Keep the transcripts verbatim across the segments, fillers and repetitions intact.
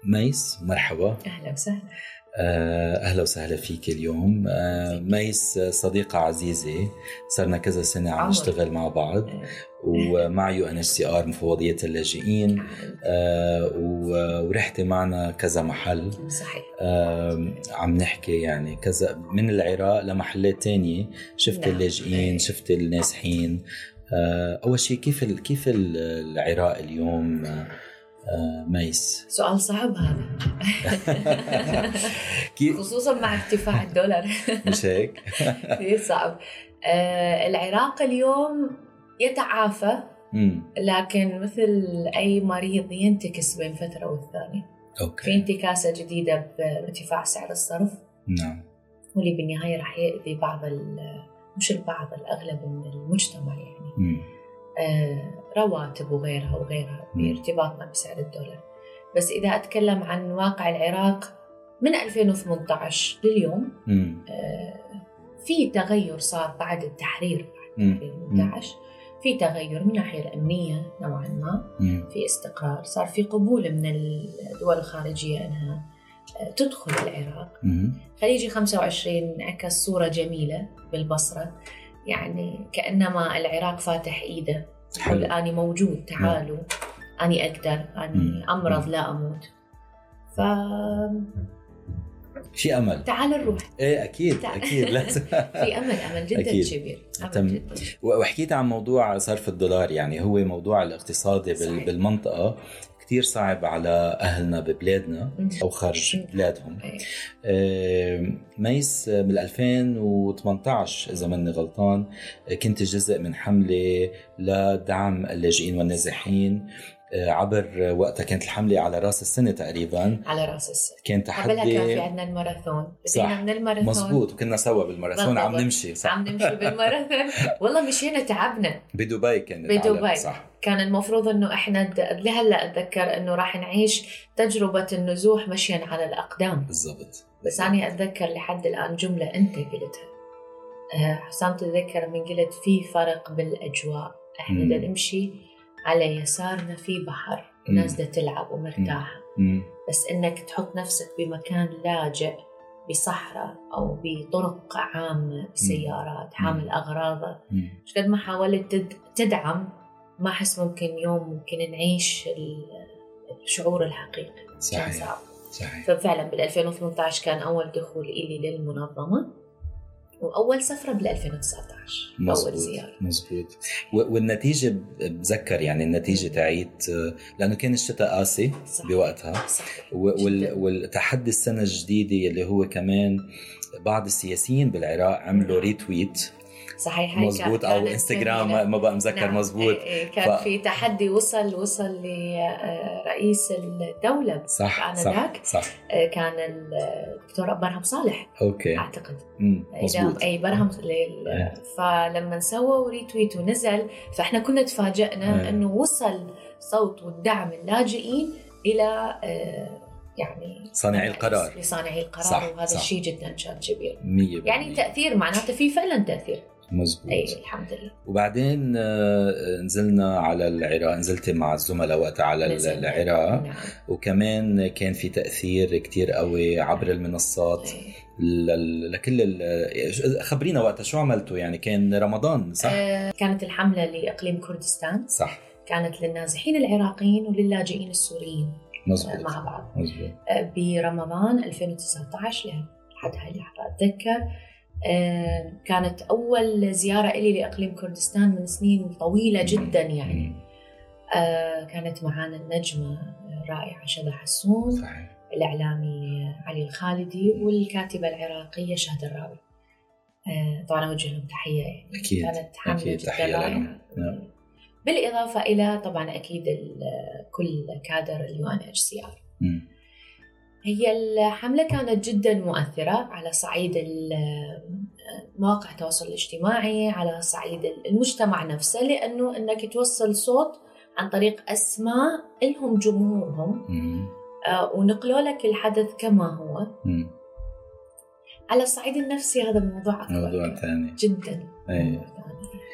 ميس مرحبا. أهلا وسهلا. أهلا وسهلا فيك اليوم. ميس صديقة عزيزة، صرنا كذا سنة عم نشتغل مع بعض ومع يو ان اتش سي ار مفوضية اللاجئين، ورحتي معنا كذا محل. صحيح. عم نحكي يعني كذا من العراق لمحلات تانية، شفت اللاجئين، شفت النازحين. أول شيء كيف كيف العراق اليوم ميس؟ سؤال صعب هذا خصوصا مع ارتفاع الدولار. مش هيك؟ كثير صعب. آه العراق اليوم يتعافى، لكن مثل أي مريض ينتكس بين فترة والثانية. أوكي. في انتكاسة جديدة بارتفاع سعر الصرف. نعم. واللي بالنهاية رح يأذي بعض مش البعض الأغلب من المجتمع يعني. م. آه رواتب وغيرها وغيرها بارتباطنا بسعر الدولار. بس إذا أتكلم عن واقع العراق من ألفين وثمانية عشر لليوم، آه في تغير صار بعد التحرير بعد ألفين وثمانية عشر. في تغير من الناحية الأمنية نوعا ما، في استقرار، صار في قبول من الدول الخارجية أنها تدخل العراق. خليجي خمسة وعشرين عكس صورة جميلة بالبصرة، يعني كأنما العراق فاتح إيده، يقول أني موجود، تعالوا، أني أقدر، أني أمرض لا أموت. ف في أمل، تعال نروح. إيه أكيد تع... أكيد لازم. في أمل، أمل جدا أكيد. كبير. أمل جداً. وحكيت عن موضوع صرف الدولار، يعني هو موضوع الاقتصادي صحيح. بالمنطقة كتير صعب على أهلنا ببلادنا أو خارج بلادهم. ميس من ألفين وثمانية عشر إذا مني غلطان كنت جزء من حملة لدعم اللاجئين والنازحين عبر وقتها كانت الحملة على رأس السنة تقريبا. على رأس السنة كان تحدي. قبلها كان في عندنا الماراثون، بدينا من الماراثون. مزبوط، وكنا سوا بالماراثون عم نمشي. صح. عم نمشي بالماراثون. والله مشينا تعبنا. بدبي كانت. بدبي صح. كان المفروض انه احنا د... لهلا اتذكر انه راح نعيش تجربة النزوح مشيا على الاقدام. بالضبط. بس أنا اتذكر لحد الان جملة انت قلتها حسام، تتذكر من قلت في فرق بالاجواء، احنا بدنا نمشي على يسارنا في بحر، الناس دا تلعب ومرتاحة، بس إنك تحط نفسك بمكان لاجئ بصحراء أو بطرق عامة بسيارات حامل أغراض، مش قد ما حاولت تدعم، ما حس ممكن يوم ممكن نعيش الشعور الحقيقي. صحيح. كان صعب. صحيح. ففعلا بال2018 كان أول دخول إلي للمنظمة، وأول سفرة بال2019 أول زيارة. مزبوط. والنتيجة بذكر يعني النتيجة تعيد، لأنه كان الشتاء قاسي بوقتها. والتحدي السنة الجديدة اللي هو كمان بعض السياسيين بالعراق عملوا ريتويت. صحيح. مزبوط. أو إنستغرام ما بقى مذكر. نعم. مزبوط. كان ف... في تحدي وصل وصل لرئيس الدولة. صح. صح. صح. كان الدكتور برهم صالح. أوكي. أعتقد. مزبوط. أي برهم. لل... فلما سووا ريتويت ونزل، فإحنا كنا تفاجأنا أنه وصل صوت والدعم اللاجئين إلى يعني صانعي القرار. لصانعي القرار. صح. وهذا الشيء جدا كان كبير. مية يعني تأثير، معناته في فعلا تأثير. مزبوط. أي الحمد لله. وبعدين نزلنا على العراق، نزلت مع الزملاء وقتها على العراق. نعم. وكمان كان في تأثير كتير قوي عبر المنصات. ل... لكل ال... خبرينا وقتها شو عملتوا، يعني كان رمضان صح؟ آه كانت الحملة لإقليم كردستان. صح. كانت للنازحين العراقيين وللاجئين السوريين. مزبوط. مع بعض. مزبوط. برمضان ألفين وتسعة عشر لحد هاي اللحظة أتذكر. كانت أول زيارة إلي لإقليم كردستان من سنين طويلة جدا يعني. كانت معانا النجمة الرائعة شذى حسون. صحيح. الإعلامي علي الخالدي والكاتبة العراقية شهد الراوي. طبعا أوجه لهم تحية يعني. أكيد. كانت حملة جدا رائعة. بالإضافة إلى طبعا أكيد كل كادر اليو ان اتش سي ار. هي الحملة كانت جدا مؤثرة على صعيد مواقع التواصل الاجتماعي، على صعيد المجتمع نفسه، لأنه أنك توصل صوت عن طريق أسماء لهم جمهورهم. آه ونقلوا لك الحدث كما هو. مم. على الصعيد النفسي هذا الموضوع أكبر موضوع ثاني جدا. أي.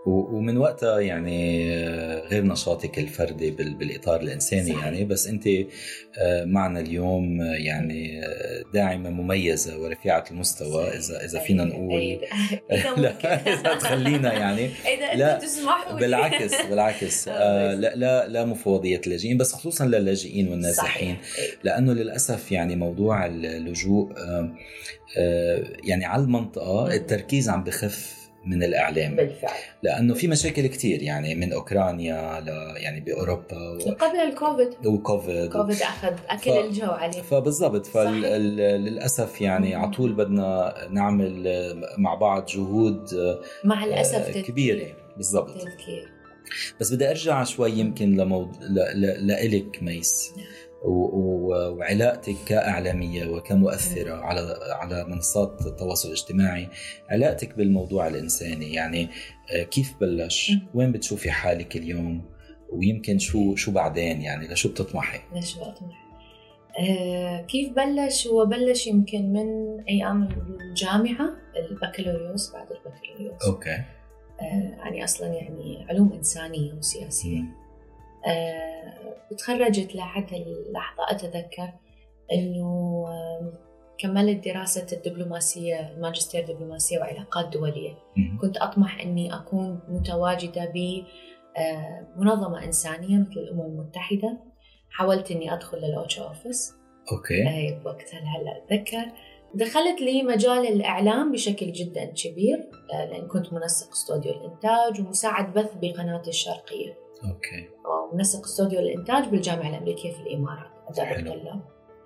ومن وقتها يعني غير نشاطك الفردي بالإطار الإنساني صحيح. يعني بس أنت معنا اليوم يعني داعمة مميزة ورفيعة المستوى إذا إذا فينا نقول لا إذا تخلينا يعني لا بالعكس بالعكس آه لا لا لا مفوضية اللاجئين بس خصوصا للاجئين والنازحين لأنه للأسف يعني موضوع اللجوء آه آه يعني على المنطقة التركيز عم بخف من الإعلام بالفعل لأنه في مشاكل كتير يعني من أوكرانيا ل يعني بأوروبا و... قبل الكوفيد وكوفيد كوفيد أخذ أكل ف... الجو عليه فبالضبط فللأسف يعني على طول بدنا نعمل مع بعض جهود مع الأسف كبيرة بالضبط بس بدي أرجع شوي يمكن لموضوع ل... لإلك ميس وعلاقتك كإعلامية وكمؤثرة على على منصات التواصل الاجتماعي علاقتك بالموضوع الإنساني يعني كيف بلش وين بتشوفي حالك اليوم ويمكن شو شو بعدين يعني لشو بتطمحي لشو بطمح آه كيف بلش هو بلش يمكن من أيام الجامعة البكالوريوس بعد البكالوريوس أوكي آه يعني أصلا يعني علوم إنسانية وسياسية م. أه تخرجت لحد اللحظة أتذكر أنه كملت دراسة الدبلوماسية الماجستير دبلوماسية وعلاقات دولية م- كنت أطمح أني أكون متواجدة بمنظمة إنسانية مثل الأمم المتحدة حاولت أني أدخل للأوتشا أوفيس أوكي أي وقتها هلأ أتذكر دخلت لي مجال الإعلام بشكل جدا كبير لأن كنت منسق استوديو الإنتاج ومساعد بث بقناة الشرقية أوكي. منسق استوديو الإنتاج بالجامعة الأمريكية في الإمارات أدرب طلاب.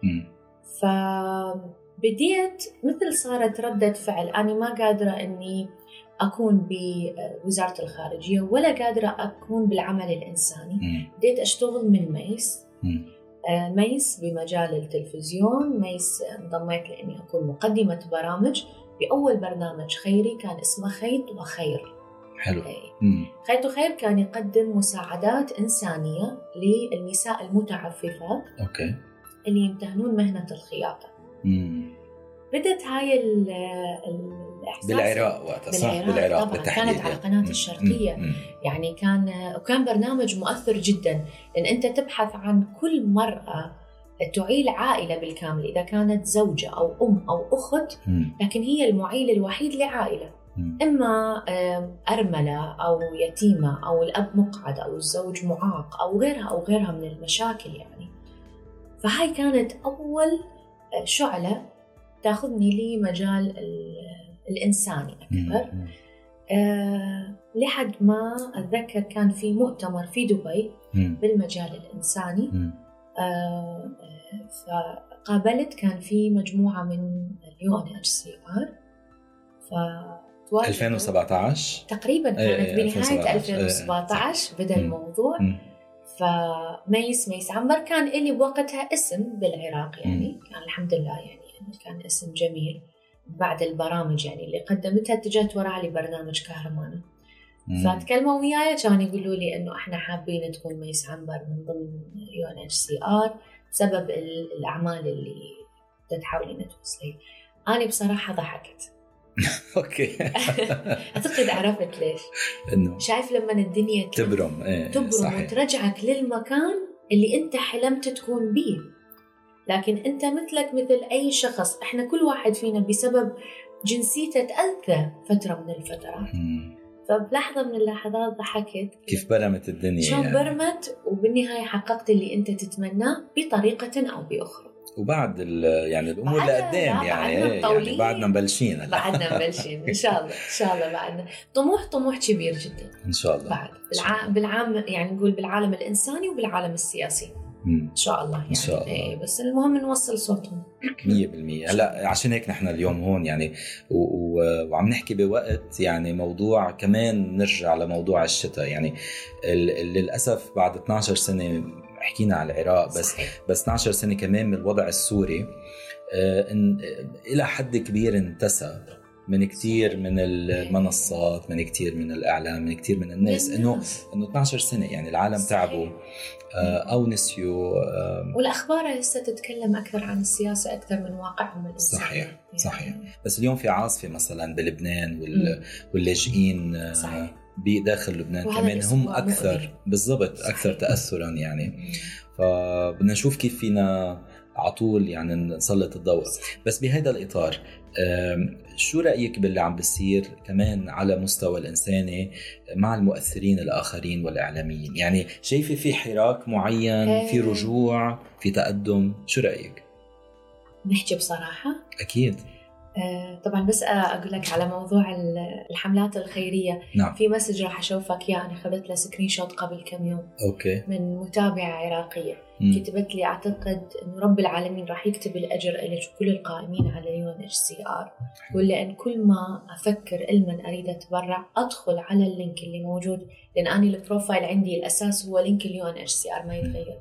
فبديت مثل صارت ردة فعل أنا ما قادرة أني أكون بوزارة الخارجية ولا قادرة أكون بالعمل الإنساني. مم. بديت أشتغل من ميس. آه ميس بمجال التلفزيون. ميس انضميت لأني أكون مقدمة برامج بأول برنامج خيري كان اسمه خيط وخير. حلو. خيط وخير كان يقدم مساعدات إنسانية للنساء المتعففات أوكي. اللي يمتهنون مهنة الخياطة. مم. بدت هاي الإحساس بالعراق وقتها صح بالعراق طبعا كانت على قناة الشرقية. مم. يعني كان وكان برنامج مؤثر جدا لأن أنت تبحث عن كل مرأة تعيل عائلة بالكامل إذا كانت زوجة أو أم أو أخت مم. لكن هي المعيل الوحيد لعائلة إما أرملة أو يتيمة أو الأب مقعد أو الزوج معاق أو غيرها أو غيرها من المشاكل يعني. فهاي كانت أول شعلة تأخذني لمجال الإنساني أكثر. أه لحد ما أتذكر كان في مؤتمر في دبي بالمجال الإنساني. أه فقابلت كان في مجموعة من اليو إن إتش سي آر ف ألفين وسبعة عشر تقريبا كانت بنهاية ألفين وسبعة عشر بدأ الموضوع. م. فميس ميس عنبر كان إلي بوقتها اسم بالعراق يعني كان الحمد لله يعني كان اسم جميل. بعد البرامج يعني اللي قدمتها اتجهت وراء لي برنامج كهرمانة. فتكلموا وياي كانوا يقولوا لي إنه إحنا حابين تكون ميس عنبر من ضمن يو إن إتش سي آر بسبب الأعمال اللي تحاولين توصلي. أنا بصراحة ضحكت. اوكي. اعتقد عرفت ليش. انه شايف لما الدنيا تبرم ايه تبرم صحيح. وترجعك للمكان اللي انت حلمت تكون بيه. لكن انت مثلك مثل اي شخص احنا كل واحد فينا بسبب جنسيته تأذى فترة من الفترات. فبلحظة من اللحظات ضحكت كيف برمت الدنيا شلون يعني. برمت وبالنهاية حققت اللي انت تتمناه بطريقة او باخرى. وبعد يعني الامور لقدام يعني, يعني بعدنا مبلشين بعدنا مبلشين ان شاء الله ان شاء الله بعدنا طموح طموح كبير جدا ان شاء الله بعد بالع... بالعام يعني نقول بالعالم الانساني وبالعالم السياسي ان شاء الله يعني إن شاء الله. إيه بس المهم نوصل صوتهم مية بالمية. هلا عشان هيك نحن اليوم هون يعني و... و... وعم نحكي بوقت يعني موضوع كمان نرجع لموضوع الشتاء يعني ال... للاسف بعد اثناشر سنة حكينا على العراق بس صحيح. بس اثناشر سنة كمان من الوضع السوري آه إن إلى حد كبير انتسى من كتير من المنصات من كتير من الإعلام من كتير من الناس إنه إنه اثناشر سنة يعني العالم تعبوا آه أو نسيوا آه والأخبار هسه تتكلم أكثر عن السياسة أكثر من واقعهم الإنساني. صحيح صحيح. بس اليوم في عاصفة مثلا بلبنان وال... واللاجئين صحيح. بداخل لبنان كمان هم أكثر بالضبط أكثر تأثراً يعني. فبدنا نشوف كيف فينا عطول يعني نسلط الضوء. بس بهذا الإطار شو رأيك باللي عم بيصير كمان على مستوى الإنساني مع المؤثرين الآخرين والإعلاميين؟ يعني شايفة في حراك معين، في رجوع، في تقدم؟ شو رأيك؟ نحكي بصراحة؟ أكيد. طبعا بس أقول لك على موضوع الحملات الخيرية. نعم. في مسج راح أشوفك يعني خذت له سكرين شوت قبل كم يوم أوكي. من متابعة عراقية م. كتبت لي أعتقد أن رب العالمين راح يكتب الأجر إلى كل القائمين على يو إن إتش سي آر، ولأن كل ما أفكر علما أريد أتبرع أدخل على اللينك اللي موجود، لأن أنا البروفايل عندي الأساس هو لينك اليو إن إتش سي آر ما يتغير.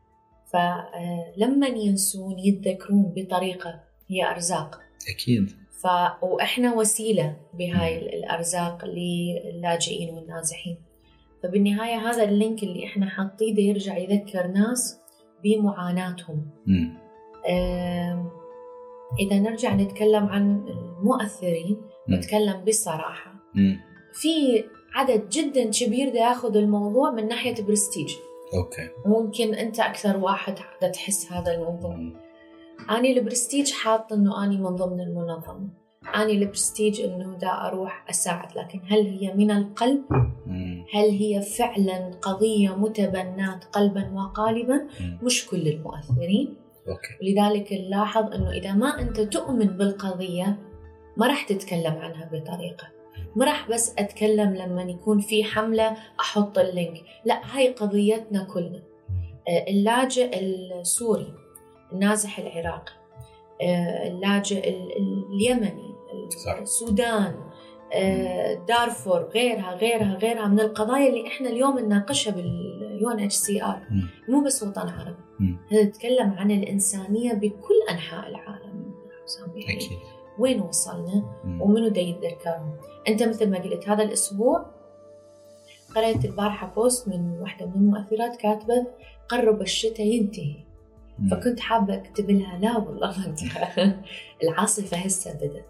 فلما ينسون يتذكرون بطريقة هي أرزاق أكيد. ف... وإحنا وسيلة بهاي الأرزاق للاجئين والنازحين. فبالنهاية هذا اللينك اللي إحنا حاطينه يرجع يذكر ناس بمعاناتهم. آه... إذا نرجع نتكلم عن المؤثرين نتكلم بصراحة، م. في عدد جدا كبير دا ياخذ الموضوع من ناحية برستيج. أوكي. ممكن أنت أكثر واحد دا تحس هذا الموضوع. م. أني البرستيج حاط إنه أني من ضمن المنظمة، أني البرستيج إنه دا أروح أساعد، لكن هل هي من القلب؟ هل هي فعلا قضية متبنات قلبا وقالبا؟ مش كل المؤثرين. أوكي. ولذلك نلاحظ إنه إذا ما أنت تؤمن بالقضية ما راح تتكلم عنها بطريقة، ما راح بس أتكلم لما يكون في حملة أحط اللينك، لا هاي قضيتنا كلنا. اللاجئ السوري، النازح العراقي، اللاجئ اليمني، السودان، دارفور، غيرها غيرها غيرها من القضايا اللي احنا اليوم نناقشها باليو إن إتش سي آر. مو بس وطن عربي، نتكلم عن الإنسانية بكل أنحاء العالم. أكيد. وين وصلنا ومنو دا يتذكرهم؟ أنت مثل ما قلت هذا الأسبوع قرأت البارحة بوست من واحدة من المؤثرات كاتبة قرب الشتاء ينتهي، فكنت حابة أكتب لها لا والله أنت العاصفة هسه بدت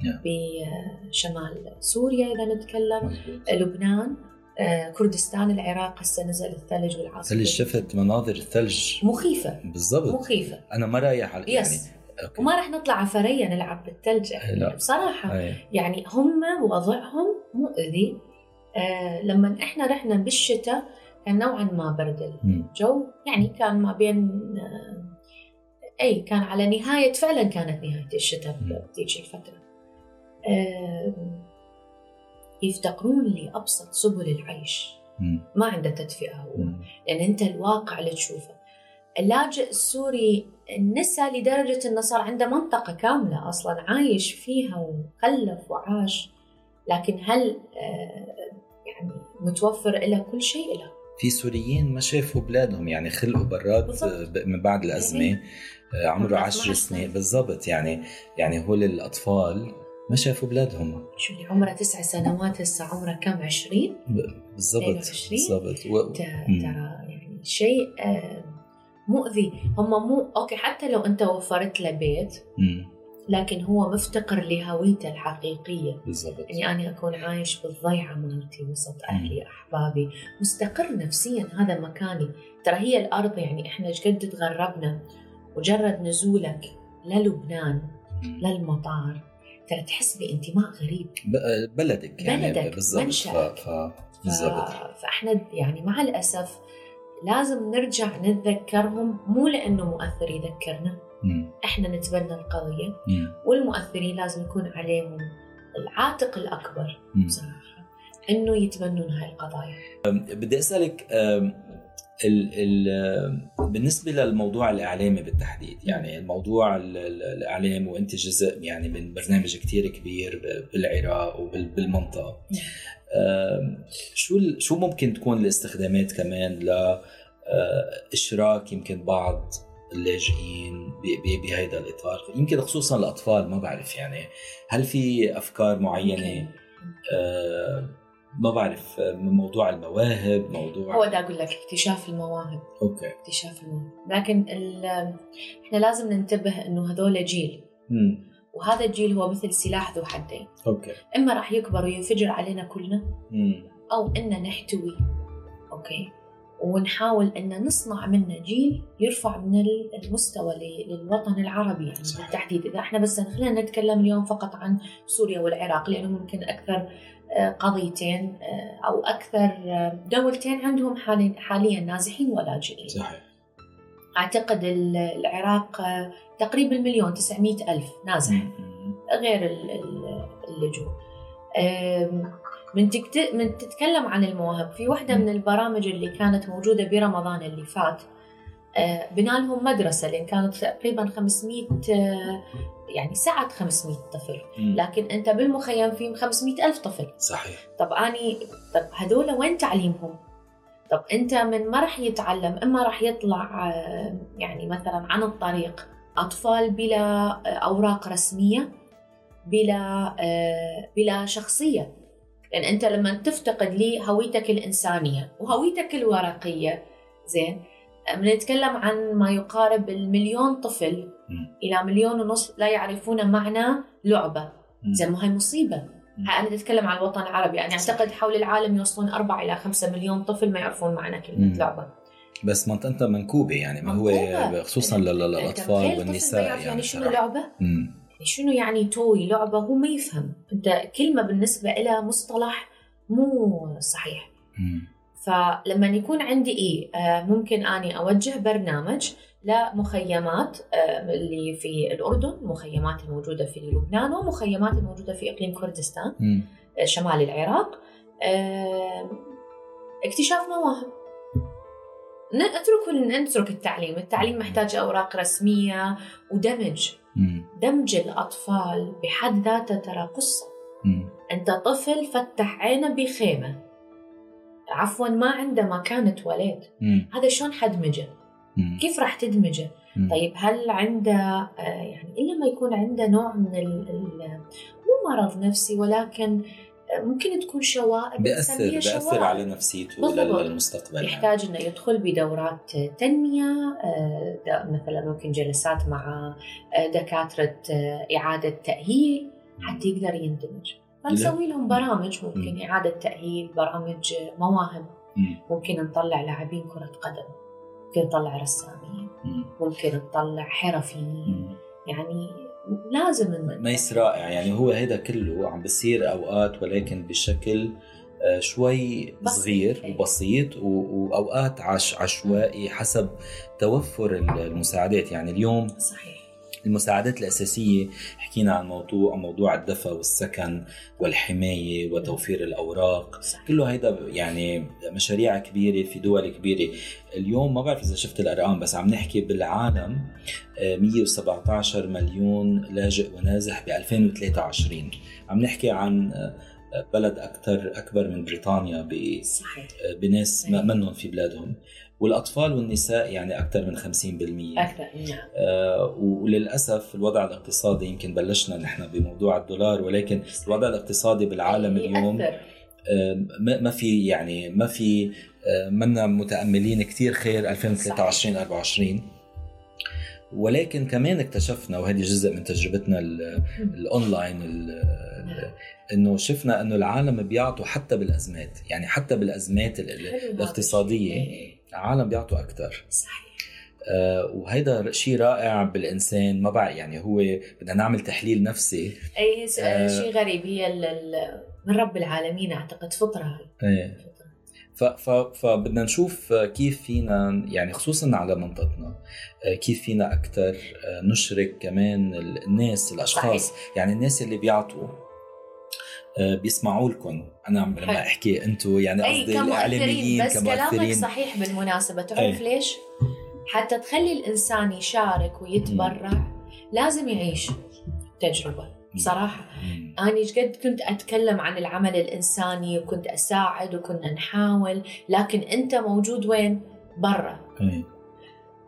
بشمال سوريا إذا نتكلم، لبنان، كردستان، العراق هسه نزل الثلج والعاصفة. ثلج، شفت مناظر الثلج مخيفة بالضبط، مخيفة. أنا ما رايح على يعني أوكي. وما راح نطلع عفرية نلعب بالثلج يعني بصراحة. أي. يعني هم وضعهم مؤذي. آه لما إحنا رحنا بالشتاء كان نوعا ما برد الجو، يعني كان ما بين آه أي كان على نهاية، فعلا كانت نهاية الشتاء بتيجي الفترة. آه يفتقرون لأبسط سبل العيش، م. ما عنده تدفئة هو، لأن أنت الواقع اللي تشوفه. اللاجئ السوري نسى لدرجة أنه صار عنده منطقة كاملة أصلا عايش فيها وخلف وعاش، لكن هل آه يعني متوفر إلى كل شيء؟ لا. في سوريين ما شافوا بلادهم، يعني خلقوا برات من بعد الأزمة، عمره عشر سنين بالضبط، يعني يعني هول الأطفال ما شافوا بلادهم. شو اللي عمره تسع سنوات هسه عمره كم؟ عشرين بالضبط بالضبط. و... ترى يعني شيء مؤذي. هم مو أوكي حتى لو أنت وفرت له بيت، م. لكن هو مفتقر لهويته الحقيقية بالضبط. يعني أنا أكون عايش بالضيعة مالتي وسط أهلي أحبابي، مستقر نفسيا، هذا مكاني. ترى هي الأرض، يعني إحنا جد تغربنا، مجرد نزولك للبنان للمطار ترى تحس بانتماء غريب. بلدك يعني بلدك منشأك. ف... بالضبط. فإحنا يعني مع الأسف لازم نرجع نتذكرهم، مو لأنه مؤثر يذكرنا، م. إحنا نتبنى القضية، م. والمؤثرين لازم يكون عليهم العاتق الأكبر م. بصراحة إنه يتبنون هاي القضايا. بدي أسألك ال ال بالنسبة للموضوع الإعلامي بالتحديد، يعني الموضوع الإعلام وأنت جزء يعني من برنامج كتير كبير بالعراق وبالمنطقة، شو شو ممكن تكون الاستخدامات كمان لإشراك يمكن بعض اللاجئين بهذا الإطار، يمكن خصوصا الأطفال؟ ما بعرف يعني هل في أفكار معينة؟ آه ما بعرف، من موضوع المواهب، موضوع هو دا أقول لك اكتشاف المواهب. أوكي. اكتشاف المواهب، لكن إحنا لازم ننتبه إنه هذول جيل، م. وهذا الجيل هو مثل سلاح ذو حدين. أوكي. إما راح يكبر وينفجر علينا كلنا، م. أو إن نحتوي، أوكي، ونحاول إن نصنع منه جيل يرفع من المستوى للوطن العربي يعني بالتحديد. إذا إحنا بس خلينا نتكلم اليوم فقط عن سوريا والعراق، لأنه ممكن أكثر قضيتين أو أكثر دولتين عندهم حاليا نازحين ولاجئين. صحيح. أعتقد العراق تقريبا مليون تسعمائة ألف نازح غير اللجوء. من, تكت... من تتكلم عن المواهب، في واحدة من البرامج اللي كانت موجودة برمضان اللي فات بنالهم مدرسة، لأن كانت تقريبا خمسمائة يعني ساعة خمسمائة طفل، لكن أنت بالمخيم فيهم خمسمائة ألف طفل. صحيح. طب أني طب هذول وين تعليمهم؟ طب أنت من ما راح يتعلم، إما راح يطلع يعني مثلا عن الطريق أطفال بلا أوراق رسمية، بلا بلا شخصية. لأن أنت لما تفتقد لي هويتك الإنسانية وهويتك الورقية، زين، بنتكلم عن ما يقارب المليون طفل م. إلى مليون ونصف لا يعرفون معنى لعبة. زين، ما هي مصيبة. أنا أتكلم عن الوطن العربي، يعني أعتقد حول العالم يوصلون أربعة إلى خمسة مليون طفل ما يعرفون معنى كلمة م. لعبة. بس منطقة منكوبة يعني، ما هو خصوصا للأطفال والنساء يعني, يعني شنو لعبة؟ م. شنو يعني توي لعبة؟ هو ما يفهم. أنت كلمة بالنسبة إلى مصطلح مو صحيح. م. فلما يكون عندي إيه ممكن أني أوجه برنامج لمخيمات اللي في الأردن، مخيمات الموجودة في لبنان، ومخيمات الموجودة في إقليم كردستان م. شمال العراق، اكتشاف مواهب. نترك نترك التعليم التعليم محتاج أوراق رسمية ودمج م. دمج الأطفال بحد ذاته ترى قصة. م. أنت طفل فتح عينه بخيمة، عفوا ما عنده مكان تواليت، هذا شلون حدمجه؟ مم. كيف راح تدمجه؟ مم. طيب هل عنده يعني إلا ما يكون عنده نوع من ال مو مرض نفسي، ولكن ممكن تكون شوائب بيأثر بيأثر على نفسيته للمستقبل، يحتاج إنه يدخل بدورات تنمية، مثلا ممكن جلسات مع دكاترة إعادة تأهيل حتى يقدر يندمج. فنسوي لهم برامج ممكن م. إعادة تأهيل، برامج مواهب، م. ممكن نطلع لاعبين كرة قدم، ممكن نطلع رسامين، م. ممكن نطلع حرفيين، يعني لازم ميس رائع. يعني هو هيدا كله عم بيصير أوقات ولكن بشكل شوي صغير وبسيط، وأوقات عش عشوائي حسب توفر المساعدات. يعني اليوم صحيح المساعدات الأساسية حكينا عن موضوع موضوع الدفء والسكن والحماية وتوفير الأوراق، كله هيدا يعني مشاريع كبيرة في دول كبيرة. اليوم ما بعرف إذا شفت الأرقام، بس عم نحكي بالعالم مية وسبعة عشر مليون لاجئ ونازح ب ألفين وثلاثة وعشرين. عم نحكي عن بلد أكثر أكبر من بريطانيا بناس منهم في بلادهم، والأطفال والنساء يعني أكثر من خمسين بالمية أكثر. نعم. آه وللأسف الوضع الاقتصادي، يمكن بلشنا نحن بموضوع الدولار، ولكن الوضع الاقتصادي بالعالم اليوم آه ما في يعني ما في آه منا متأملين كتير خير ألفين وثلاثة وعشرين أربعة وعشرين. ولكن كمان اكتشفنا، وهذه جزء من تجربتنا الأونلاين، إنه شفنا إنه العالم بيعطوا حتى بالأزمات، يعني حتى بالأزمات الاقتصادية العالم بيعطوا أكتر. صحيح. آه وهيدا شيء رائع بالإنسان. ما بعرف يعني، هو بدنا نعمل تحليل نفسي. أي آه شيء غريب، هي من رب العالمين أعتقد فطرة. أي. فبدنا نشوف كيف فينا يعني خصوصا على منطقتنا كيف فينا أكتر نشرك كمان الناس الأشخاص. صحيح. يعني الناس اللي بيعطوا بيسمعوا لكم. أنا لما أحكي أنتوا يعني قصدي الإعلاميين بس كلامك صحيح بالمناسبة. تعرف ليش؟ حتى تخلي الإنسان يشارك ويتبرع م. لازم يعيش تجربة. بصراحة أنا قد كنت أتكلم عن العمل الإنساني وكنت أساعد وكنا نحاول، لكن أنت موجود وين؟ برا.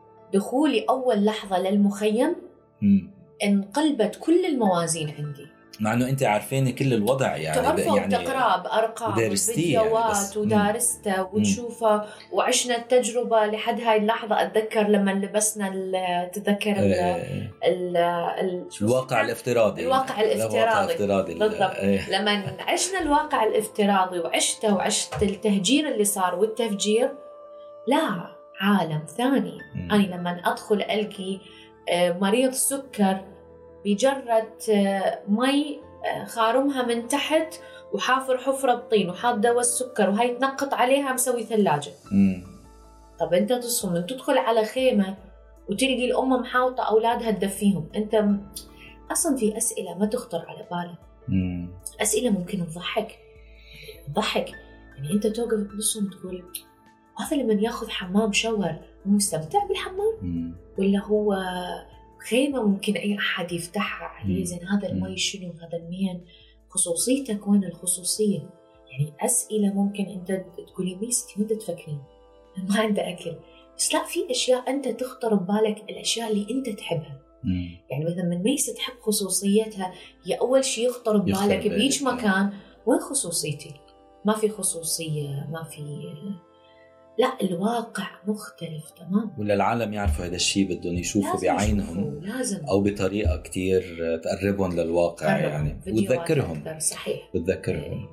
دخولي أول لحظة للمخيم م. انقلبت كل الموازين عندي. مع انه انت عارفين كل الوضع يعني تعرفوا يعني وتقرأ بأرقام وفيديوهات يعني ودارسته وتشوفه، وعشنا التجربة لحد هاي اللحظة. أتذكر لما لبسنا تذكر ال ال ال الواقع الافتراضي الواقع الافتراضي بالضبط. ايه. لما عشنا الواقع الافتراضي وعشته وعشت التهجير اللي صار والتفجير، لا عالم ثاني. م. أنا لما أدخل ألقي مريض سكر بجرة مي خارمها من تحت وحافر حفرة بطين وحاط دواء السكر وهي تنقط عليها مسوي ثلاجة. مم. طب أنت تصمم تدخل على خيمة وتلقي الأم محاوطة أولادها تدفيهم. أنت أصلا في أسئلة ما تخطر على بالك. مم. أسئلة ممكن تضحك تضحك يعني أنت توقف بنصهم تقول هذا لمن يأخذ حمام شاور مستمتع بالحمام؟ مم. ولا هو خيمة ممكن أي أحد يفتحها عليه؟ زين هذا المي شنو؟ هذا المين خصوصيتك؟ وين الخصوصية؟ يعني أسئلة ممكن أنت تقولي بيستي وأنت تفكرين ما عنده أكل، بس لا، في أشياء أنت تخطر ببالك، الأشياء اللي أنت تحبها. مم. يعني مثلا من ميس تحب خصوصيتها، هي أول شيء يخطر ببالك بيج مكان وين خصوصيتي؟ ما في خصوصية، ما في، لا الواقع مختلف تمام. ولا العالم يعرفوا هذا الشيء بدهم يشوفوا بعينهم أو بطريقة كتير تقربهم للواقع يعني وتذكرهم. صحيح وتذكرهم.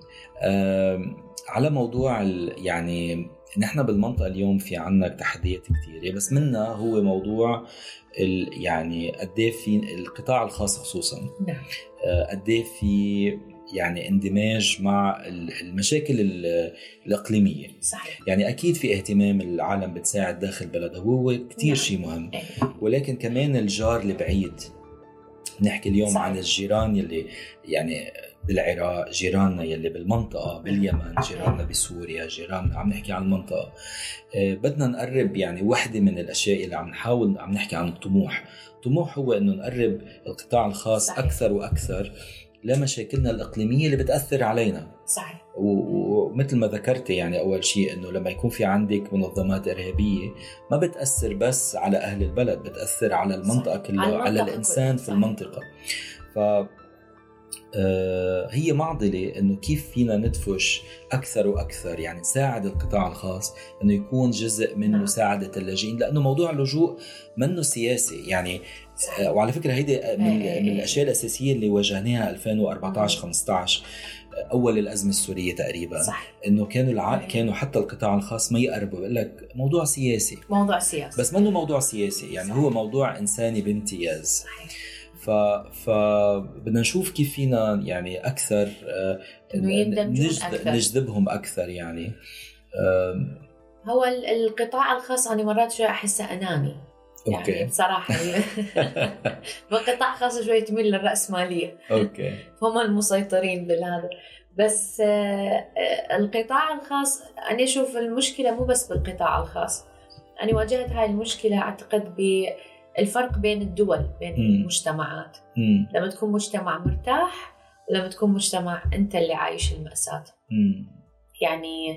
على موضوع يعني نحن بالمنطقة اليوم في عنا تحديات كتيرة، بس منها هو موضوع يعني قديه في القطاع الخاص خصوصا. نعم. قديه في يعني اندماج مع المشاكل الإقليمية. صحيح. يعني أكيد في اهتمام العالم بتساعد داخل بلده، هو كتير شيء مهم، ولكن كمان الجار البعيد. نحكي اليوم صحيح. عن الجيران يلي يعني بالعراق، جيراننا يلي بالمنطقة، باليمن، جيراننا بسوريا، جيراننا، عم نحكي عن المنطقة. آه بدنا نقرب. يعني واحدة من الأشياء اللي عم نحاول عم نحكي عن الطموح. الطموح هو أنه نقرب القطاع الخاص صحيح. أكثر وأكثر لمشاكلنا الإقليمية اللي بتأثر علينا. صحيح. ومثل ما ذكرت يعني أول شيء أنه لما يكون في عندك منظمات إرهابية ما بتأثر بس على أهل البلد، بتأثر على المنطقة كلها، على, على الإنسان في المنطقة. ف آه هي معضلة أنه كيف فينا ندفش أكثر وأكثر، يعني نساعد القطاع الخاص أنه يكون جزء من مساعدة اللاجئين، لأنه موضوع اللجوء منه سياسي يعني. آه وعلى فكرة هيدي من, من الأشياء الأساسية اللي واجهناها ألفين وأربعة عشر خمسة عشر أول الأزمة السورية تقريبا. صح. إنه كانوا الع... كانوا حتى القطاع الخاص ما يقربوا، بقول لك موضوع سياسي موضوع سياسي بس منه موضوع سياسي يعني. صح. هو موضوع إنساني بامتياز. صحيح. ف فبدنا نشوف كيف فينا يعني أكثر نجذب... أكثر نجذبهم أكثر يعني. هو القطاع الخاص أنا مرات شوي أحسه أناني يعني. أوكي. بصراحة بالقطاع خاص شوي تميل للرأسمالية. أوكي. هم المسيطرين بالهذا. بس القطاع الخاص أنا أشوف المشكلة مو بس بالقطاع الخاص. أنا واجهت هاي المشكلة أعتقد بالفرق بين الدول، بين م. المجتمعات. م. لما تكون مجتمع مرتاح ولما تكون مجتمع أنت اللي عايش المأساة. م. يعني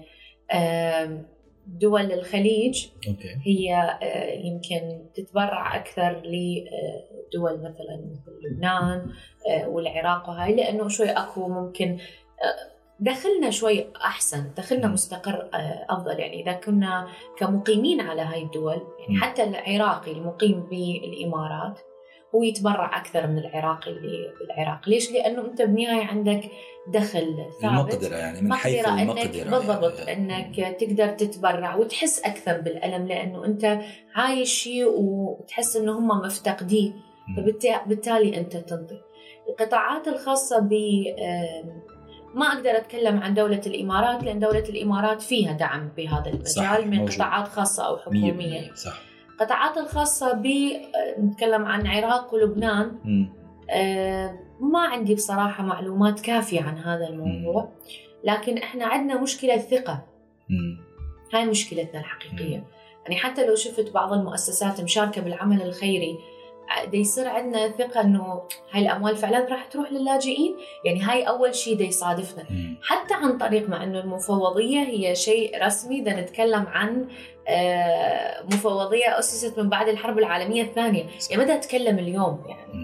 دول الخليج أوكي. هي يمكن تتبرع أكثر لدول مثلا مثل لبنان والعراق وهاي، لأنه شوي أكو ممكن دخلنا شوي أحسن، دخلنا مستقر أفضل. يعني إذا كنا كمقيمين على هاي الدول، يعني حتى العراقي المقيم بالإمارات هو يتبرع أكثر من العراقي اللي بالعراق. ليش؟ لأنه أنت بالنهاية عندك دخل ثابت، المقدرة يعني من حيث المقدرة بالضبط يعني. أنك تقدر تتبرع وتحس أكثر بالألم، لأنه أنت عايش شيء وتحس أنه هم مفتقدين، فبالتالي أنت تنطي. القطاعات الخاصة ب ما أقدر أتكلم عن دولة الإمارات، لأن دولة الإمارات فيها دعم بهذا المجال من موجود. قطاعات خاصة أو حكومية. صح. قطاعات الخاصة ب نتكلم عن العراق ولبنان، آه ما عندي بصراحة معلومات كافية عن هذا الموضوع. م. لكن إحنا عندنا مشكلة ثقة. م. هاي مشكلتنا الحقيقية. م. يعني حتى لو شفت بعض المؤسسات مشاركة بالعمل الخيري، دي يصير عندنا ثقة إنه هاي الأموال فعلا راح تروح للاجئين. يعني هاي أول شيء دي يصادفنا. م. حتى عن طريق، مع إنه المفوضية هي شيء رسمي، دا نتكلم عن مفوضية أسست من بعد الحرب العالمية الثانية، يعني بدها تتكلم اليوم يعني.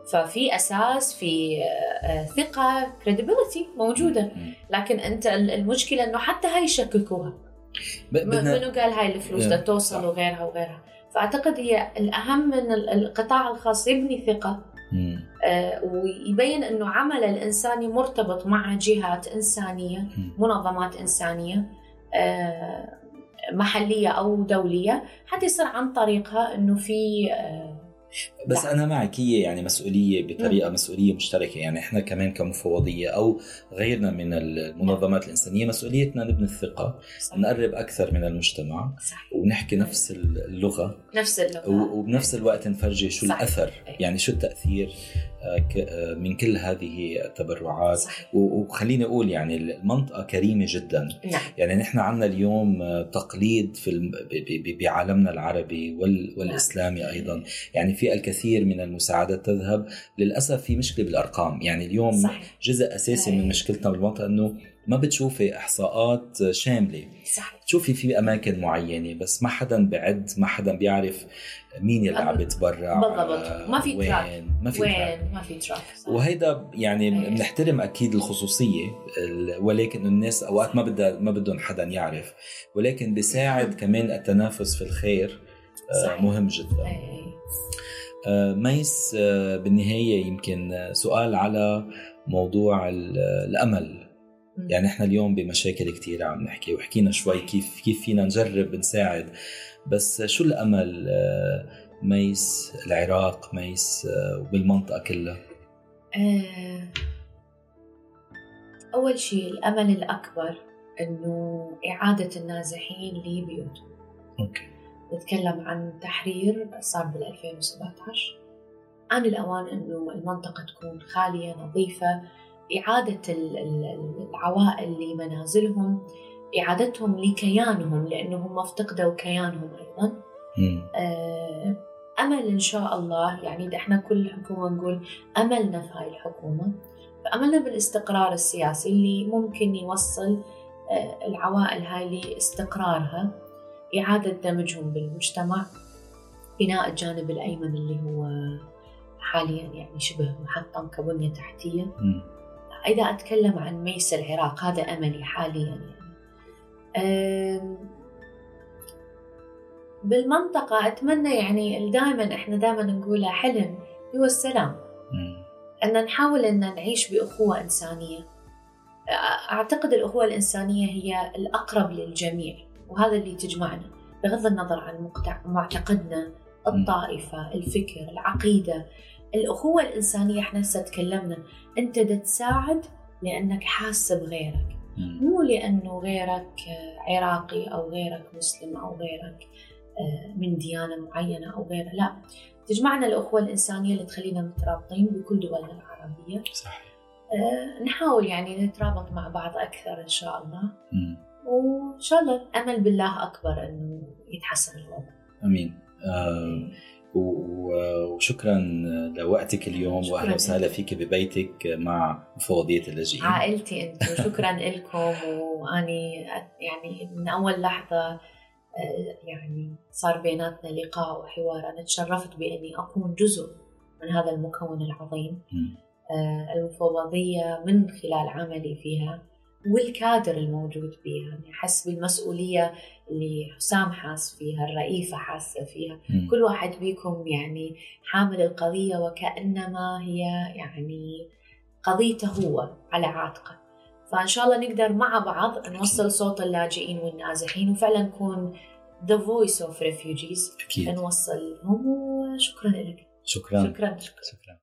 ففي أساس، في ثقة، credibility موجودة. لكن أنت المشكلة أنه حتى هاي يشككوها، منو قال هاي الفلوس ده توصل وغيرها وغيرها. فأعتقد هي الأهم من القطاع الخاص يبني ثقة آه ويبين أنه عمل الإنساني مرتبط مع جهات إنسانية، منظمات إنسانية آه محلية أو دولية، حتى يصير عن طريقها أنه في آه بس لا. أنا معك، هي يعني مسؤولية بطريقة م. مسؤولية مشتركة. يعني إحنا كمان كمفوضية أو غيرنا من المنظمات م. الإنسانية مسؤوليتنا نبني الثقة، صح. نقرب أكثر من المجتمع، صح. ونحكي نفس اللغة نفس اللغة وبنفس الوقت نفرجي شو صح. الأثر، يعني شو التأثير من كل هذه التبرعات. صحيح. وخليني أقول يعني المنطقة كريمة جدا. نعم. يعني نحن عنا اليوم تقليد في بعالمنا العربي والإسلامي نعم. أيضا يعني في الكثير من المساعدات تذهب، للأسف في مشكلة بالأرقام. يعني اليوم صحيح. جزء أساسي من مشكلتنا بالمنطقة أنه ما بتشوفي إحصاءات شاملة. صحيح. تشوفي في أماكن معينة بس ما حدا بعد، ما حدا بيعرف مين اللي عم يتبرع بالضبط، ما في تراك ما في وين ما في تراك. وهيدا يعني بنحترم أكيد الخصوصية، ولكن الناس أوقات ما بدها ما بدهم حدا يعرف، ولكن بيساعد كمان التنافس في الخير. صحيح. مهم جدا. ميس، بالنهاية يمكن سؤال على موضوع الأمل. يعني احنا اليوم بمشاكل كتير عم نحكي، وحكينا شوي كيف كيف فينا نجرب نساعد، بس شو الأمل ميس العراق، ميس وبالمنطقة كلها؟ أول شيء الأمل الأكبر إنه إعادة النازحين لبيوتهم. أوكي. نتكلم عن تحرير صار بال ألفين وسبعة عشر. آن الأوان إنه المنطقة تكون خالية نظيفة، إعادة العوائل لمنازلهم، إعادتهم لكيانهم لأنهم افتقدوا كيانهم أيضا. أمل إن شاء الله. يعني إحنا كل حكومة نقول أملنا في هاي الحكومة، فأملنا بالاستقرار السياسي اللي ممكن يوصل العوائل هاي لاستقرارها، إعادة دمجهم بالمجتمع، بناء الجانب الأيمن اللي هو حاليا يعني شبه محطم كبنية تحتية. م. إذا أتكلم عن ميس العراق هذا أملي حاليا. يعني بالمنطقة أتمنى يعني دائما إحنا دائما نقولها حلم هو السلام. م. أن نحاول أن نعيش بأخوة إنسانية. أعتقد الأخوة الإنسانية هي الأقرب للجميع، وهذا اللي تجمعنا بغض النظر عن معتقدنا، الطائفة، الفكر، العقيدة. الأخوة الإنسانية احنا هسه تكلمنا، أنت دا تساعد لأنك حاسس بغيرك، مو لأنه غيرك عراقي أو غيرك مسلم أو غيرك من ديانة معينة أو غيرها. لا، تجمعنا الأخوة الإنسانية اللي تخلينا مترابطين بكل دولنا العربية. صحيح. أه نحاول يعني نترابط مع بعض أكثر إن شاء الله. م. وإن شاء الله الأمل بالله أكبر أنه يتحسن الوضع. أمين. آه وشكرا لوقتك اليوم، وأهلا وسهلا فيك ببيتك مع مفوضية اللاجئين، عائلتي أنت. شكرا لكم. وأني يعني من أول لحظة يعني صار بيناتنا لقاء وحوار، أنا تشرفت بأني أكون جزء من هذا المكون العظيم. آه المفوضية من خلال عملي فيها والكادر الموجود فيها، يعني حس بالمسؤولية اللي حسام حاس فيها، الرئيفة حاسة فيها. م. كل واحد بيكم يعني حامل القضية وكأنما هي يعني قضيته هو على عاتقه. فإن شاء الله نقدر مع بعض نوصل صوت اللاجئين والنازحين، وفعلا نكون the voice of refugees. أكيد. نوصلهم. وشكرا لك. شكرا. شكرا. شكرا.